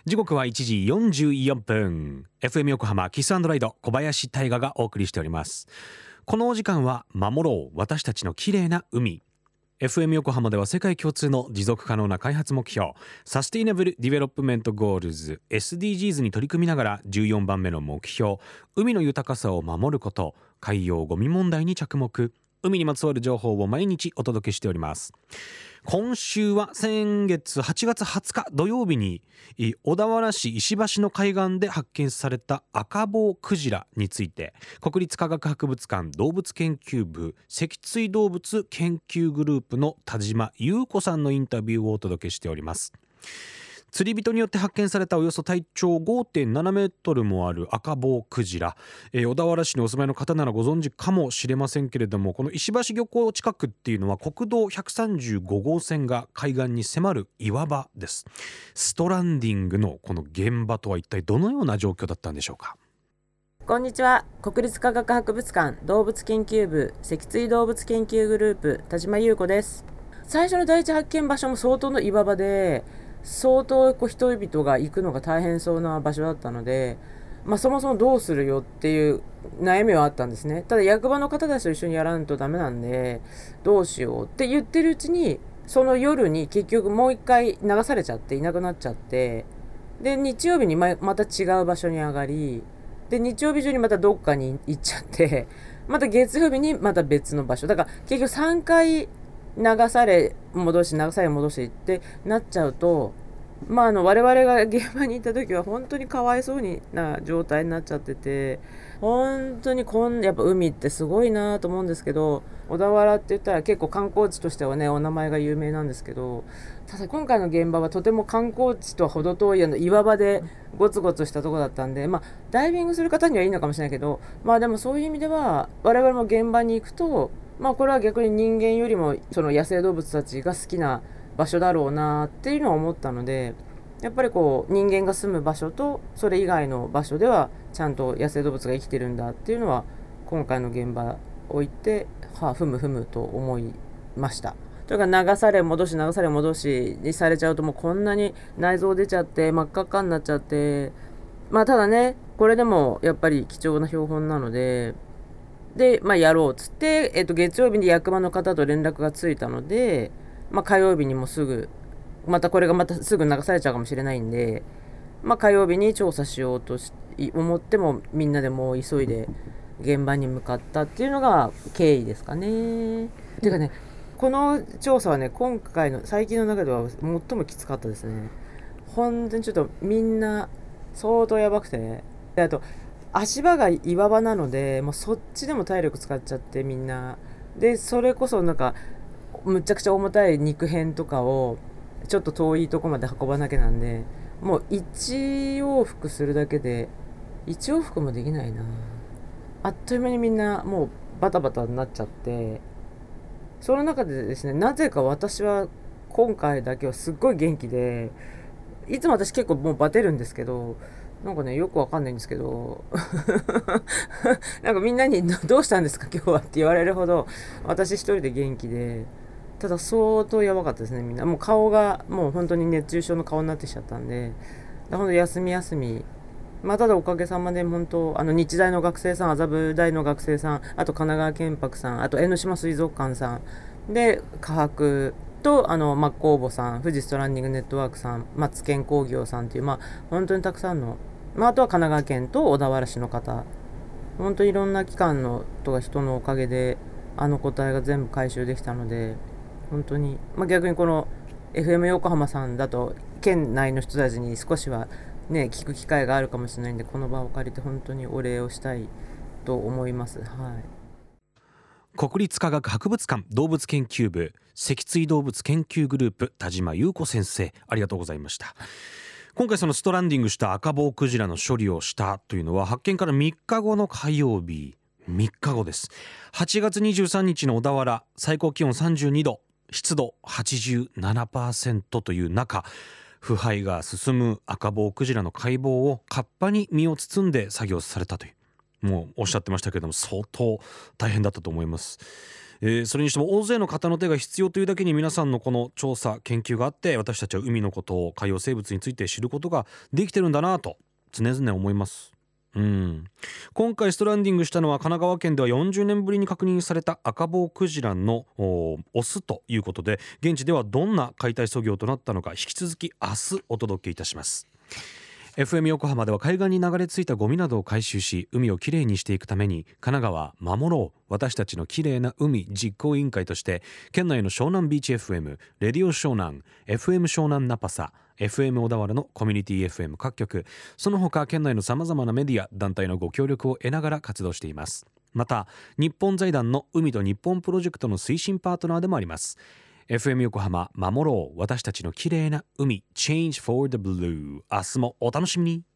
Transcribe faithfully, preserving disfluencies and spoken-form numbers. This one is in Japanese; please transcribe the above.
時刻はいちじよんじゅうよんぷん。 エフエム 横浜キス&ライド小林大賀がお送りしております。このお時間は守ろう私たちの綺麗な海。 エフエム 横浜では世界共通の持続可能な開発目標サステイナブルディベロップメントゴールズ エスディージーズ に取り組みながらじゅうよんばんめの目標、海の豊かさを守ること、海洋ゴミ問題に着目、海にまつわる情報を毎日お届けしております。今週は先月はちがつはつか土曜日に小田原市石橋の海岸で発見された赤棒クジラについて、国立科学博物館動物研究部脊椎動物研究グループの田島優子さんのインタビューをお届けしております。釣り人によって発見されたおよそ体長 ごてんななメートルもある赤棒クジラ、えー、小田原市にお住まいの方ならご存知かもしれませんけれども、この石橋漁港近くっていうのは国道ひゃくさんじゅうごごうせんが海岸に迫る岩場です。ストランディングのこの現場とは一体どのような状況だったんでしょうか。 こんにちは。国立科学博物館動物研究部脊椎動物研究グループ田島優子です。最初の第一発見場所も相当の岩場で、相当こう人々が行くのが大変そうな場所だったので、まあ、そもそもどうするよっていう悩みはあったんですね。ただ役場の方たちと一緒にやらんとダメなんで、どうしようって言ってるうちに、その夜に結局もう一回流されちゃっていなくなっちゃって、で日曜日に ま, また違う場所に上がり、で日曜日中にまたどっかに行っちゃって、また月曜日にまた別の場所だから、結局さんかい流され戻し流され戻しってなっちゃうと、まあ、あの我々が現場に行った時は本当にかわいそうな状態になっちゃってて、本当にこんやっぱ海ってすごいなと思うんですけど、小田原って言ったら結構観光地としてはねお名前が有名なんですけど、ただ今回の現場はとても観光地とは程遠いあの岩場でゴツゴツしたところだったんで、まあダイビングする方にはいいのかもしれないけど、まあでもそういう意味では我々も現場に行くと、まあこれは逆に人間よりもその野生動物たちが好きな場所だろうなっていうのは思ったので、やっぱりこう人間が住む場所とそれ以外の場所ではちゃんと野生動物が生きてるんだっていうのは今回の現場を行って、はあ、ふむふむと思いました。というか流され戻し流され戻しにされちゃうと、もうこんなに内臓出ちゃって真っ赤っかになっちゃって、まあただねこれでもやっぱり貴重な標本なので、でまあやろうっつって、えっと、月曜日に役場の方と連絡がついたので、まあ、火曜日にもすぐまたこれがまたすぐ流されちゃうかもしれないんで、まあ、火曜日に調査しようとし思ってもみんなでもう急いで現場に向かったっていうのが経緯ですかね。ていうかね、この調査はね今回の最近の中では最もきつかったですね。本当にちょっとみんな相当やばくてね、であと足場が岩場なのでもうそっちでも体力使っちゃってみんなで、それこそなんかむちゃくちゃ重たい肉片とかをちょっと遠いとこまで運ばなきゃなんで、もういち往復するだけでいち往復もできないな。あっという間にみんなもうバタバタになっちゃって、その中でですね、なぜか私は今回だけはすっごい元気で、いつも私結構もうバテるんですけど、なんかねよくわかんないんですけどなんかみんなにどうしたんですか今日はって言われるほど私一人で元気で、ただ相当やばかったですね。みんなもう顔がもう本当に熱中症の顔になってきちゃったんで、本当休み休み、まあ、ただおかげさまで本当あの日大の学生さん、麻布大の学生さん、あと神奈川県博さん、あと江ノ島水族館さんで科博とあのマッコーボさん、富士ストランディングネットワークさん、マツケン工業さんっていう、まあ本当にたくさんの、まあ、あとは神奈川県と小田原市の方、本当にいろんな機関のとか人のおかげであの個体が全部回収できたので、本当に、まあ、逆にこの エフエム 横浜さんだと県内の人たちに少しはね聞く機会があるかもしれないんで、この場を借りて本当にお礼をしたいと思います。はい。 国立科学博物館動物研究部脊椎動物研究グループ田島優子先生、ありがとうございました。今回そのストランディングした赤棒クジラの処理をしたというのは発見からみっかごの火曜日、みっかごです。はちがつにじゅうさんにちの小田原、最高気温さんじゅうにど、湿度 はちじゅうななパーセント という中、腐敗が進む赤棒クジラの解剖をカッパに身を包んで作業されたという、もうおっしゃってましたけれども相当大変だったと思います。 えー、それにしても大勢の方の手が必要というだけに皆さんのこの調査研究があって私たちは海のことを海洋生物について知ることができてるんだなと常々思います。うん、今回ストランディングしたのは神奈川県ではよんじゅうねんぶりに確認された赤棒クジラのオスということで現地ではどんな解体作業となったのか引き続き明日お届けいたします。 エフエム 横浜では海岸に流れ着いたゴミなどを回収し海をきれいにしていくために神奈川守ろう私たちのきれいな海実行委員会として県内の湘南ビーチ エフエム、 レディオ湘南、 エフエム 湘南ナパサ、 エフエム 小田原のコミュニティ エフエム 各局その他県内のさまざまなメディア団体のご協力を得ながら活動しています。また日本財団の海と日本プロジェクトの推進パートナーでもあります。 エフエム 横浜守ろう私たちのきれいな海 Change for the Blue 明日もお楽しみに。